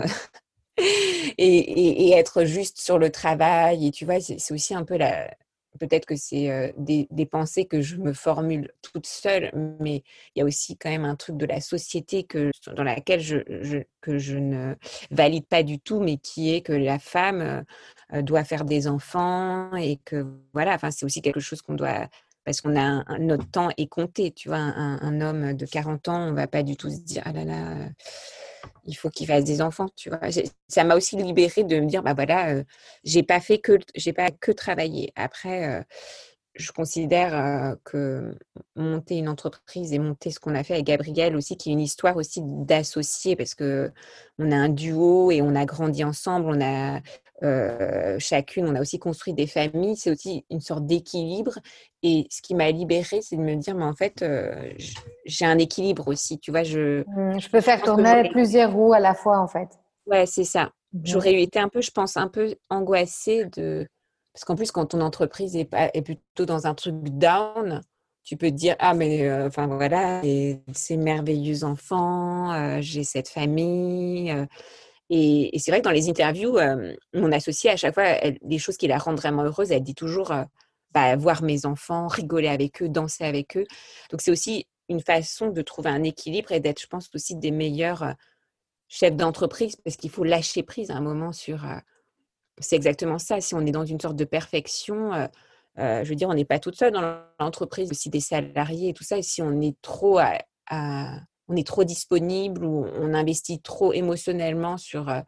et être juste sur le travail et tu vois, c'est aussi un peu la peut-être que c'est, des pensées que je me formule toute seule, mais il y a aussi quand même un truc de la société dans laquelle que je ne valide pas du tout, mais qui est que la femme, doit faire des enfants et que voilà, enfin, c'est aussi quelque chose qu'on doit parce qu'on a notre temps est compté, tu vois? Un homme de 40 ans, on va pas du tout se dire: «Ah là là, il faut qu'il fasse des enfants», tu vois? Ça m'a aussi libérée de me dire: «Bah, voilà, j'ai pas que travaillé». Après, je considère que monter une entreprise et monter ce qu'on a fait avec Gabriel aussi, qui est une histoire aussi d'associés, parce que on a un duo et on a grandi ensemble, on a chacune, on a aussi construit des familles, c'est aussi une sorte d'équilibre. Et ce qui m'a libérée, c'est de me dire, mais en fait, j'ai un équilibre aussi, tu vois, Je peux je faire pense que tourner plusieurs roues à la fois, en fait. ouais, c'est ça. Mhm. J'aurais été un peu, je pense, un peu angoissée de... Parce qu'en plus, quand ton entreprise est plutôt dans un truc down, tu peux te dire, ah, mais enfin voilà, et ces merveilleux enfants, j'ai cette famille. Et c'est vrai que dans les interviews, mon associée, à chaque fois, les choses qui la rendent vraiment heureuse, elle dit toujours, bah, voir mes enfants, rigoler avec eux, danser avec eux. Donc, c'est aussi une façon de trouver un équilibre et d'être, je pense, aussi des meilleurs chef d'entreprise parce qu'il faut lâcher prise à un moment sur. C'est exactement ça. Si on est dans une sorte de perfection, je veux dire, on n'est pas toute seule dans l'entreprise, aussi des salariés et tout ça. Et si on est trop on est trop disponible ou on investit trop émotionnellement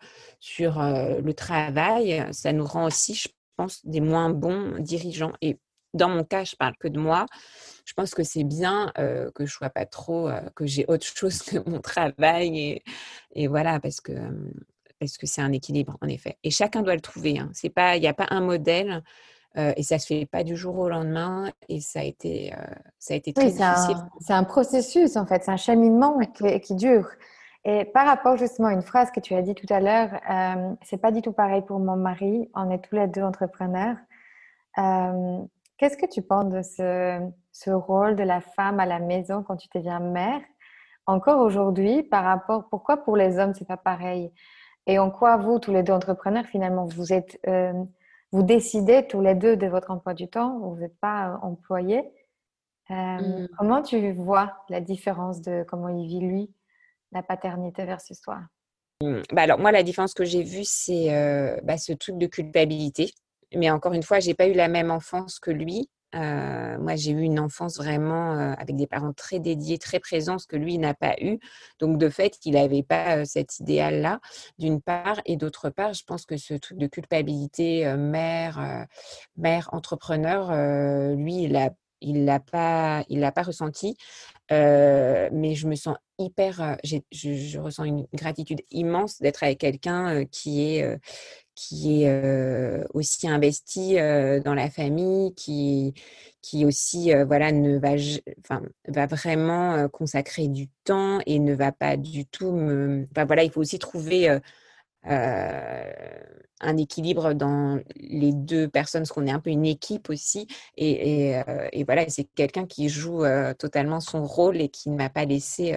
sur le travail, ça nous rend aussi, je pense, des moins bons dirigeants. Et dans mon cas, je parle que de moi. Je pense que c'est bien que je sois pas trop, que j'ai autre chose que mon travail et voilà parce que c'est un équilibre en effet. Et chacun doit le trouver. Hein. C'est pas, il n'y a pas un modèle et ça se fait pas du jour au lendemain. Et ça a été Oui, très difficile. c'est un processus, en fait, c'est un cheminement qui dure. Et par rapport justement à une phrase que tu as dit tout à l'heure, c'est pas du tout pareil pour mon mari, on est tous les deux entrepreneurs. Euh, Qu'est-ce que tu penses de ce rôle de la femme à la maison quand tu deviens mère? Encore aujourd'hui, par rapport, pourquoi pour les hommes c'est pas pareil? Et en quoi vous, tous les deux entrepreneurs, finalement, vous décidez tous les deux de votre emploi du temps, vous n'êtes pas employés. Mmh. Comment tu vois la différence de comment il vit lui, la paternité versus toi? Bah alors moi la différence que j'ai vue c'est bah, ce truc de culpabilité. Mais encore une fois, j'ai pas eu la même enfance que lui. Moi j'ai eu une enfance vraiment avec des parents très dédiés, très présents, ce que lui n'a pas eu. Donc de fait, il n'avait pas cet idéal-là, d'une part, et d'autre part, je pense que ce truc de culpabilité mère entrepreneur, lui il l'a pas ressenti. Mais je me sens hyper, je ressens une gratitude immense d'être avec quelqu'un qui est aussi investi dans la famille, qui aussi voilà enfin, va vraiment consacrer du temps et ne va pas du tout me. Enfin voilà, il faut aussi trouver euh, un équilibre dans les deux personnes, parce qu'on est un peu une équipe aussi. Et voilà, c'est quelqu'un qui joue totalement son rôle et qui ne m'a pas laissé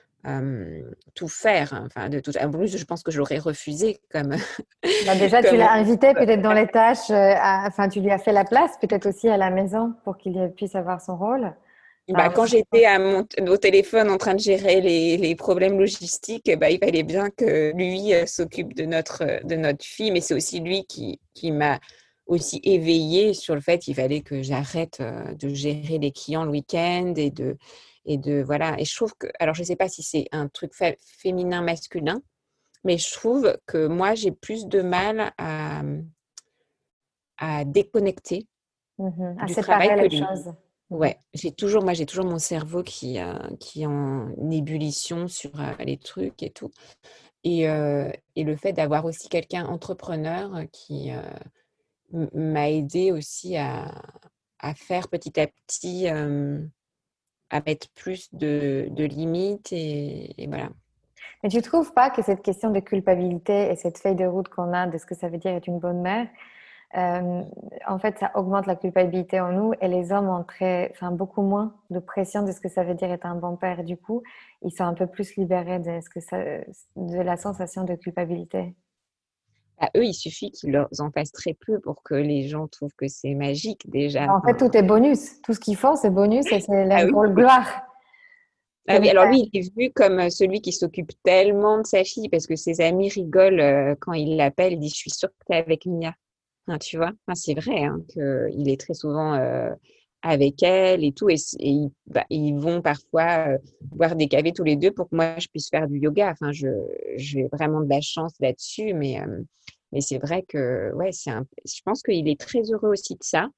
tout faire. Hein. Enfin, de tout. En plus, je pense que j'aurais refusé comme, Bah déjà, tu comme l'as invité peut-être dans les tâches, enfin, tu lui as fait la place peut-être aussi à la maison pour qu'il puisse avoir son rôle. bah, Enfin, quand j'étais au téléphone en train de gérer les problèmes logistiques, bah, il fallait bien que lui s'occupe de notre fille, mais c'est aussi lui qui m'a aussi éveillée sur le fait qu'il fallait que j'arrête de gérer les clients le week-end et de voilà. Et je trouve que, alors je ne sais pas si c'est un truc féminin, masculin, mais je trouve que moi j'ai plus de mal à déconnecter à du travail séparer que les lui. choses. Mhm. Ouais, j'ai toujours mon cerveau qui est en ébullition sur les trucs et tout. Et le fait d'avoir aussi quelqu'un entrepreneur qui m'a aidé aussi à faire petit à petit, à mettre plus de limites et voilà. Mais tu trouves pas que cette question de culpabilité et cette feuille de route qu'on a de ce que ça veut dire être une bonne mère, euh, en fait, ça augmente la culpabilité en nous et les hommes ont enfin, beaucoup moins de pression de ce que ça veut dire être un bon père. Du coup, ils sont un peu plus libérés de la sensation de culpabilité. À eux, il suffit qu'ils leur en fassent très peu pour que les gens trouvent que c'est magique déjà. En fait, tout Enfin, est bonus. Tout ce qu'ils font, c'est bonus et c'est ah leur oui. gloire. Ah Comme oui, alors ça. lui, il est vu comme celui qui s'occupe tellement de sa fille parce que ses amis rigolent quand il l'appelle. Il dit, je suis sûre que tu es avec Mia. Hein, tu vois, enfin, c'est vrai hein, qu'il est très souvent avec elle et tout. Et ils vont parfois boire des cafés tous les deux pour que moi, je puisse faire du yoga. Enfin, j'ai vraiment de la chance là-dessus. Mais c'est vrai que, ouais, je pense qu'il est très heureux aussi de ça.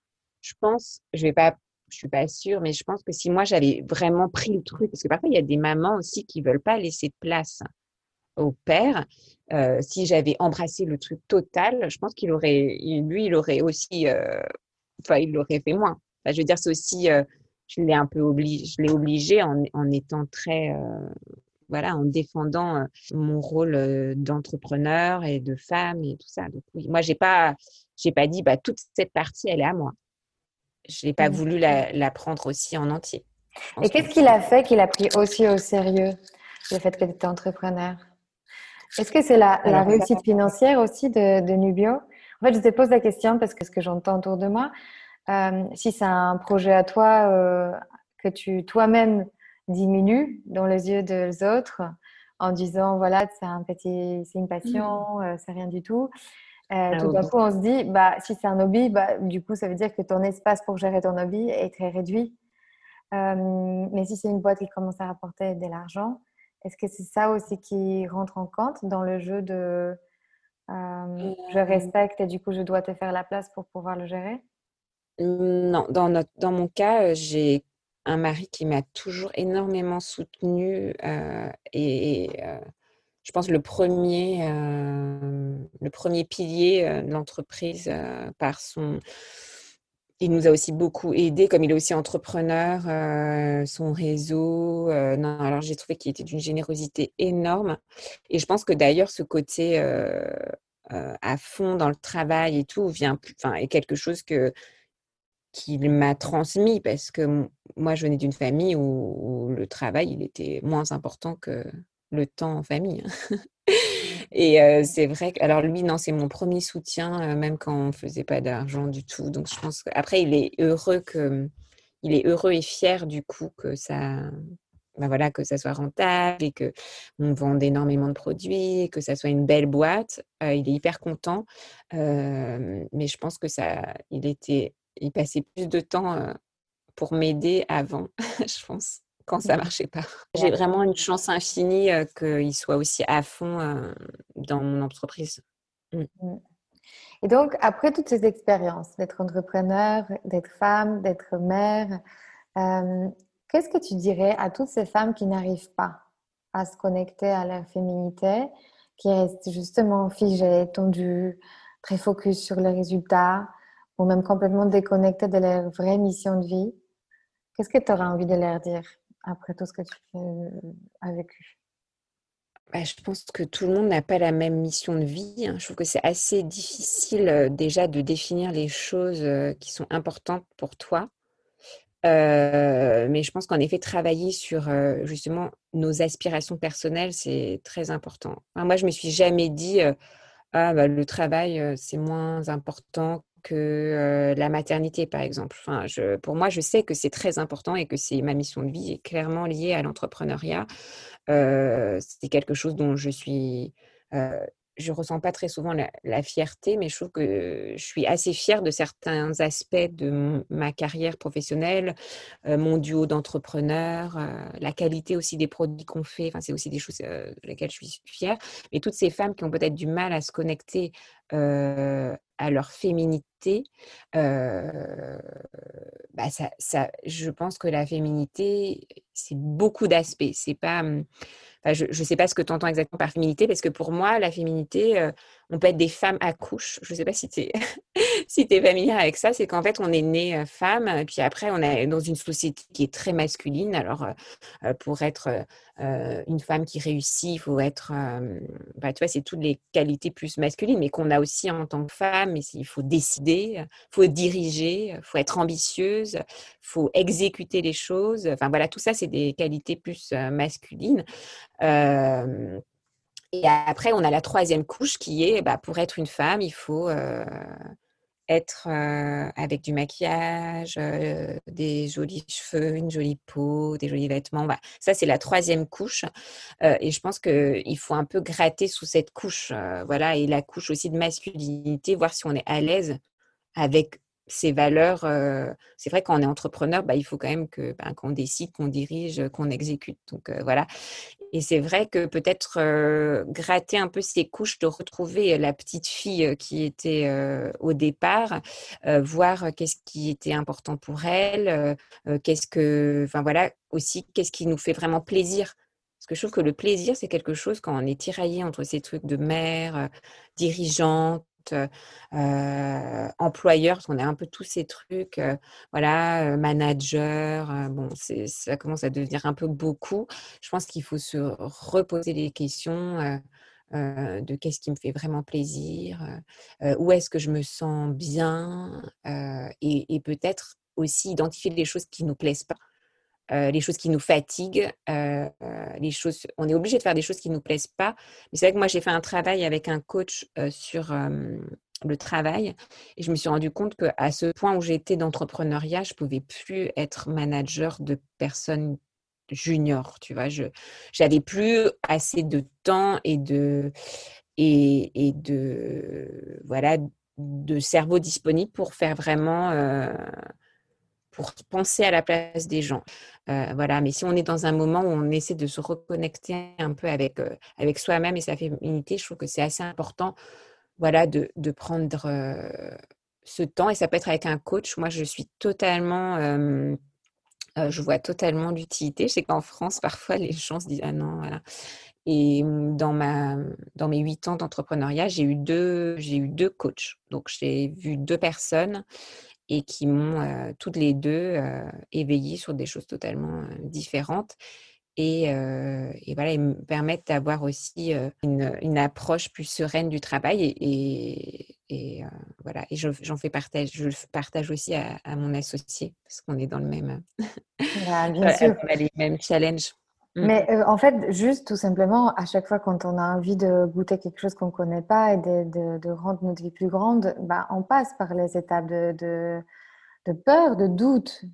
Je pense, je suis pas sûre, mais je pense que si moi j'avais vraiment pris le truc, parce que parfois il y a des mamans aussi qui veulent pas laisser de place au père. Si j'avais embrassé le truc total, je pense il aurait aussi, enfin, il l'aurait fait moins. Enfin, je veux dire, c'est aussi, je l'ai obligé en étant très, voilà, en défendant mon rôle d'entrepreneur et de femme et tout ça. Donc oui, moi, j'ai pas dit, bah, toute cette partie, elle est à moi. Je n'ai pas Mm. voulu la prendre aussi en entier. Je Et pense que qu'est-ce qu'il a fait qu'il a pris aussi au sérieux le fait que tu étais entrepreneur? Est-ce que c'est la alors ça, réussite financière aussi de Nubio? En fait, je te pose la question parce que ce que j'entends autour de moi, si c'est un projet à toi que tu toi-même diminues dans les yeux des autres en disant voilà, c'est une passion, c'est rien du tout. un Tout d'un hobby. coup, on se dit bah si c'est un hobby, bah du coup ça veut dire que ton espace pour gérer ton hobby est très réduit. Mais si c'est une boîte qui commence à rapporter de l'argent, est-ce que c'est ça aussi qui rentre en compte dans le jeu de je respecte et du coup je dois te faire la place pour pouvoir le gérer? Non, dans mon cas, j'ai un mari qui m'a toujours énormément soutenue je pense le premier pilier de l'entreprise il nous a aussi beaucoup aidé, comme il est aussi entrepreneur, son réseau. Non, alors j'ai trouvé qu'il était d'une générosité énorme. Et je pense que d'ailleurs, ce côté à fond dans le travail et tout enfin, est quelque chose qu'il m'a transmis parce que moi, je venais d'une famille où le travail, il était moins important que le temps en famille. Et c'est vrai que, alors lui, non, c'est mon premier soutien, même quand on faisait pas d'argent du tout. Donc je pense qu'après, il est heureux et fier du coup que ben voilà, que ça soit rentable et que on vende énormément de produits, que ça soit une belle boîte. Il est hyper content. Mais je pense que il passait plus de temps pour m'aider avant, je pense, quand ça marchait pas. J'ai vraiment une chance infinie qu'il soit aussi à fond dans mon entreprise. Mm. Mm. Et donc, après toutes ces expériences, d'être entrepreneur, d'être femme, d'être mère, euh, qu'est-ce que tu dirais à toutes ces femmes qui n'arrivent pas à se connecter à leur féminité, qui restent justement figées, tendues, très focus sur les résultats, ou même complètement déconnectées de leur vraie mission de vie? Qu'est-ce que tu aurais envie de leur dire après tout ce que tu as vécu? Bah, je pense que tout le monde n'a pas la même mission de vie, hein. Je trouve que c'est assez difficile déjà de définir les choses qui sont importantes pour toi. Mais je pense qu'en effet, travailler sur justement nos aspirations personnelles, c'est très important. Enfin, moi, je me suis jamais dit ah, bah, le travail, c'est moins important que la maternité, par exemple. Enfin, pour moi, je sais que c'est très important et que c'est ma mission de vie est clairement liée à l'entrepreneuriat. C'est quelque chose dont heu, je ressens pas très souvent la fierté, mais je trouve que je suis assez fière de certains aspects de ma carrière professionnelle, mon duo d'entrepreneurs, la qualité aussi des produits qu'on fait. Enfin, c'est aussi des choses, de lesquelles je suis fière. Mais toutes ces femmes qui ont peut-être du mal à se connecter, à leur féminité, heu, bah, je pense que la féminité, c'est beaucoup d'aspects. C'est pas, enfin, je ne sais pas ce que tu entends exactement par féminité, parce que pour moi, la féminité, on peut être des femmes à couches. Je ne sais pas si tu es si tu es familière avec ça, c'est qu'en fait, on est né femme, et puis après, on est dans une société qui est très masculine. Alors, pour être une femme qui réussit, il faut être, bah, tu vois, c'est toutes les qualités plus masculines, mais qu'on a aussi en tant que femme. Il faut décider, il faut diriger, il faut être ambitieuse, il faut exécuter les choses. Enfin, voilà, tout ça, c'est des qualités plus masculines. Euh, et après, on a la troisième couche qui est, bah, pour être une femme, il faut être avec du maquillage, des jolis cheveux, une jolie peau, des jolis vêtements. Voilà. Ça, c'est la troisième couche. Et je pense qu'il faut un peu gratter sous cette couche. Voilà, et la couche aussi de masculinité, voir si on est à l'aise avec ces valeurs, c'est vrai quand on est entrepreneur, il faut quand même qu'on décide, qu'on dirige, qu'on exécute. Donc voilà. Et c'est vrai que peut-être gratter un peu ces couches, de retrouver la petite fille qui était au départ, voir qu'est-ce qui était important pour elle, enfin voilà, aussi qu'est-ce qui nous fait vraiment plaisir. Parce que je trouve que le plaisir, c'est quelque chose quand on est tiraillé entre ces trucs de mère, dirigeante, employeur, parce qu'on a un peu tous ces trucs, voilà, manager, bon, ça commence à devenir un peu beaucoup. Je pense qu'il faut se reposer les questions de qu'est-ce qui me fait vraiment plaisir, où est-ce que je me sens bien, et peut-être aussi identifier les choses qui ne nous plaisent pas, les choses qui nous fatiguent, on est obligé de faire des choses qui ne nous plaisent pas. Mais c'est vrai que moi, j'ai fait un travail avec un coach sur le travail et je me suis rendu compte qu'à ce point où j'étais d'entrepreneuriat, je ne pouvais plus être manager de personnes juniors, tu vois. Je n'avais plus assez de temps et voilà, de cerveau disponible pour faire vraiment pour penser à la place des gens. Voilà, mais si on est dans un moment où on essaie de se reconnecter un peu avec soi-même et sa féminité, je trouve que c'est assez important, voilà, de prendre ce temps. Et ça peut être avec un coach. Moi, je vois totalement l'utilité. Je sais qu'en France, parfois, les gens se disent ah non, voilà. Et dans mes 8 ans d'entrepreneuriat, j'ai eu deux coachs. Donc, j'ai vu deux personnes et qui m'ont toutes les deux éveillée sur des choses totalement différentes. Et voilà, ils me permettent d'avoir aussi une approche plus sereine du travail. Voilà, et je le partage aussi à mon associé, parce qu'on est dans le même, Bah, bien voilà, sûr. on a les mêmes challenges. Mm. Mais en fait, juste tout simplement, à chaque fois quand on a envie de goûter quelque chose qu'on ne connaît pas et de rendre notre vie plus grande, bah, on passe par les étapes de peur, de doute,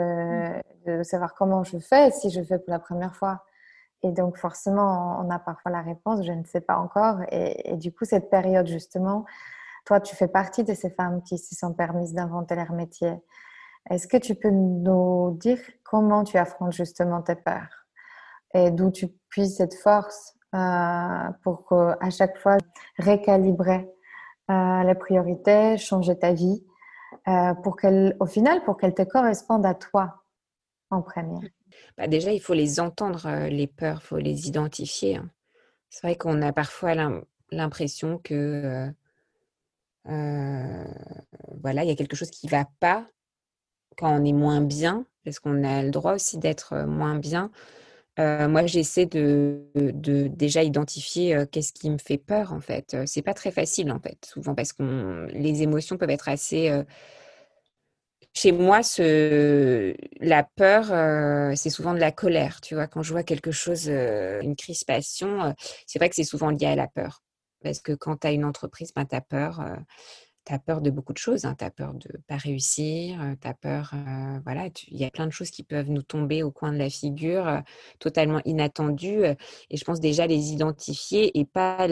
de savoir comment je fais si je fais pour la première fois. Et donc forcément, on a parfois la réponse, je ne sais pas encore. Et du coup, cette période justement, toi, tu fais partie de ces femmes qui se sont permises d'inventer leur métier. Est-ce que tu peux nous dire comment tu affrontes justement tes peurs et d'où tu puisses cette force pour à chaque fois récalibrer les priorités, changer ta vie pour au final, pour qu'elle te corresponde à toi en premier. Déjà, il faut les entendre, les peurs, il faut les identifier, hein. C'est vrai qu'on a parfois l'impression que voilà, il y a quelque chose qui ne va pas quand on est moins bien, parce qu'on a le droit aussi d'être moins bien. Moi, j'essaie de déjà identifier qu'est-ce qui me fait peur, en fait. C'est pas très facile, en fait, souvent, parce que les émotions peuvent être assez. Chez moi, la peur, c'est souvent de la colère. Tu vois, quand je vois quelque chose, une crispation, c'est vrai que c'est souvent lié à la peur. Parce que quand tu as une entreprise, tu as peur. Tu as peur de beaucoup de choses, hein. Tu as peur de ne pas réussir, tu as peur, voilà, il y a plein de choses qui peuvent nous tomber au coin de la figure, totalement inattendues, et je pense déjà les identifier et pas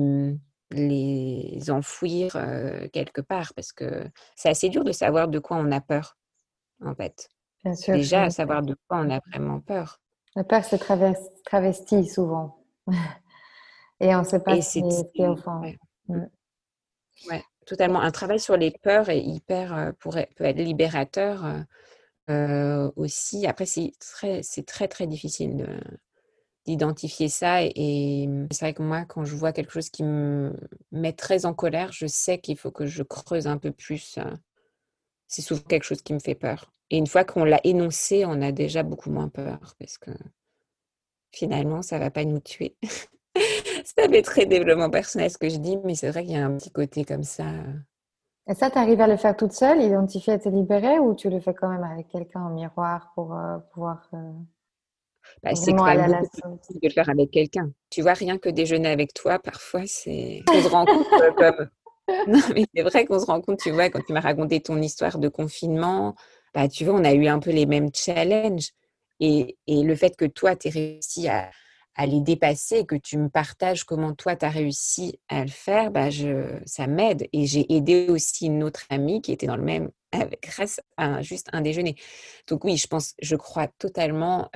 les enfouir, quelque part, parce que c'est assez dur de savoir de quoi on a peur, en fait. Bien sûr, Déjà, savoir de quoi on a vraiment peur. la peur se travestit souvent et on ne sait pas Et ce qui est au fond. ouais. Mm. Ouais, totalement. Un travail sur les peurs est peut être libérateur, aussi. Après, c'est très, très difficile d'identifier ça. Et c'est vrai que moi, quand je vois quelque chose qui me met très en colère, je sais qu'il faut que je creuse un peu plus. C'est souvent quelque chose qui me fait peur. Et une fois qu'on l'a énoncé, on a déjà beaucoup moins peur parce que finalement, ça va pas nous tuer. Ça fait très développement personnel ce que je dis, mais c'est vrai qu'il y a un petit côté comme ça. Et ça, tu arrives à le faire toute seule, identifier et te libérer, ou tu le fais quand même avec quelqu'un en miroir pour pouvoir C'est vraiment quand aller même à la beaucoup plus source? facile de le faire avec quelqu'un. Tu vois, rien que déjeuner avec toi, parfois, c'est on se rend compte comme non, mais c'est vrai qu'on se rend compte, tu vois, quand tu m'as raconté ton histoire de confinement, tu vois, on a eu un peu les mêmes challenges. Et le fait que toi, tu aies réussi à les dépasser, que tu me partages comment toi, tu as réussi à le faire, ça m'aide. Et j'ai aidé aussi une autre amie qui était dans le même grâce à juste un déjeuner. Donc oui, je crois totalement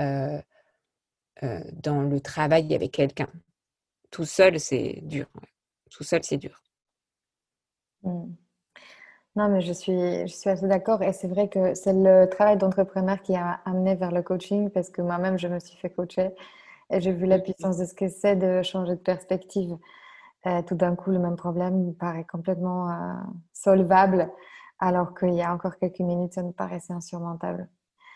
dans le travail avec quelqu'un. Tout seul, c'est dur. Ouais. Tout seul, c'est dur. Mm. Non, mais je suis assez d'accord. Et c'est vrai que c'est le travail d'entrepreneur qui a amené vers le coaching parce que moi-même, je me suis fait coacher et j'ai vu la Mhm. puissance de ce que c'est de changer de perspective. Tout d'un coup, le même problème me paraît complètement solvable alors qu'il y a encore quelques minutes, ça me paraissait insurmontable.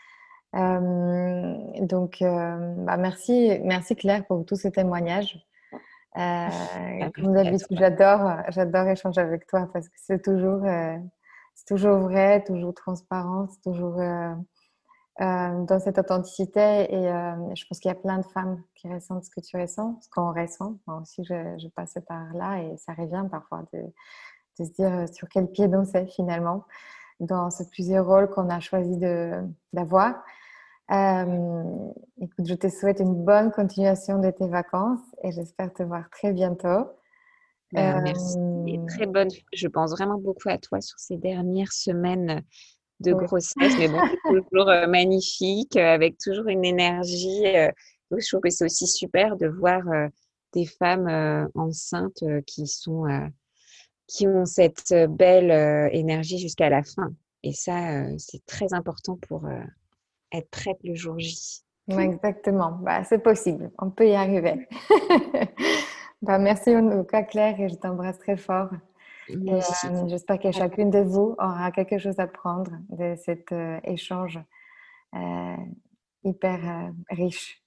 Bah merci Claire pour tous ces témoignages. Ah, Comme merci à d'habitude, toi. j'adore échanger avec toi parce que c'est toujours vrai, toujours transparent, c'est toujours dans cette authenticité. Et je pense qu'il y a plein de femmes qui ressentent ce que tu ressens, ce qu'on ressent. Moi aussi, je passais par là et ça revient parfois de se dire sur quel pied danser finalement dans ces plusieurs rôles qu'on a choisi d'avoir. Écoute, je te souhaite une bonne continuation de tes vacances et j'espère te voir très bientôt. Ben, merci. Et Euh, très bonne. Je pense vraiment beaucoup à toi sur ces dernières semaines de oui. grossesse. Mais bon, c'est toujours magnifique, avec toujours une énergie. Donc je trouve que c'est aussi super de voir des femmes enceintes qui ont cette belle énergie jusqu'à la fin. Et ça, c'est très important pour être prête le jour J. Ouais, exactement. Bah, c'est possible. On peut y arriver. Bah, merci en tout cas, Claire, et je t'embrasse très fort. Et Moi aussi. j'espère que À chacune de vous aura quelque chose à prendre de cet échange euh, hyper riche.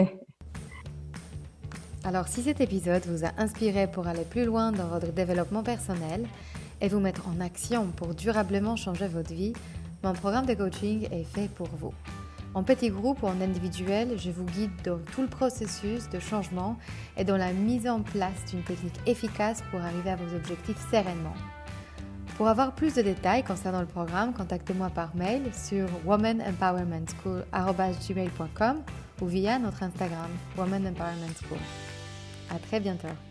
Alors, si cet épisode vous a inspiré pour aller plus loin dans votre développement personnel et vous mettre en action pour durablement changer votre vie, mon programme de coaching est fait pour vous. En petit groupe ou en individuel, je vous guide dans tout le processus de changement et dans la mise en place d'une technique efficace pour arriver à vos objectifs sereinement. Pour avoir plus de détails concernant le programme, contactez-moi par mail sur womanempowermentschool@gmail.com ou via notre Instagram Woman Empowerment School. À très bientôt.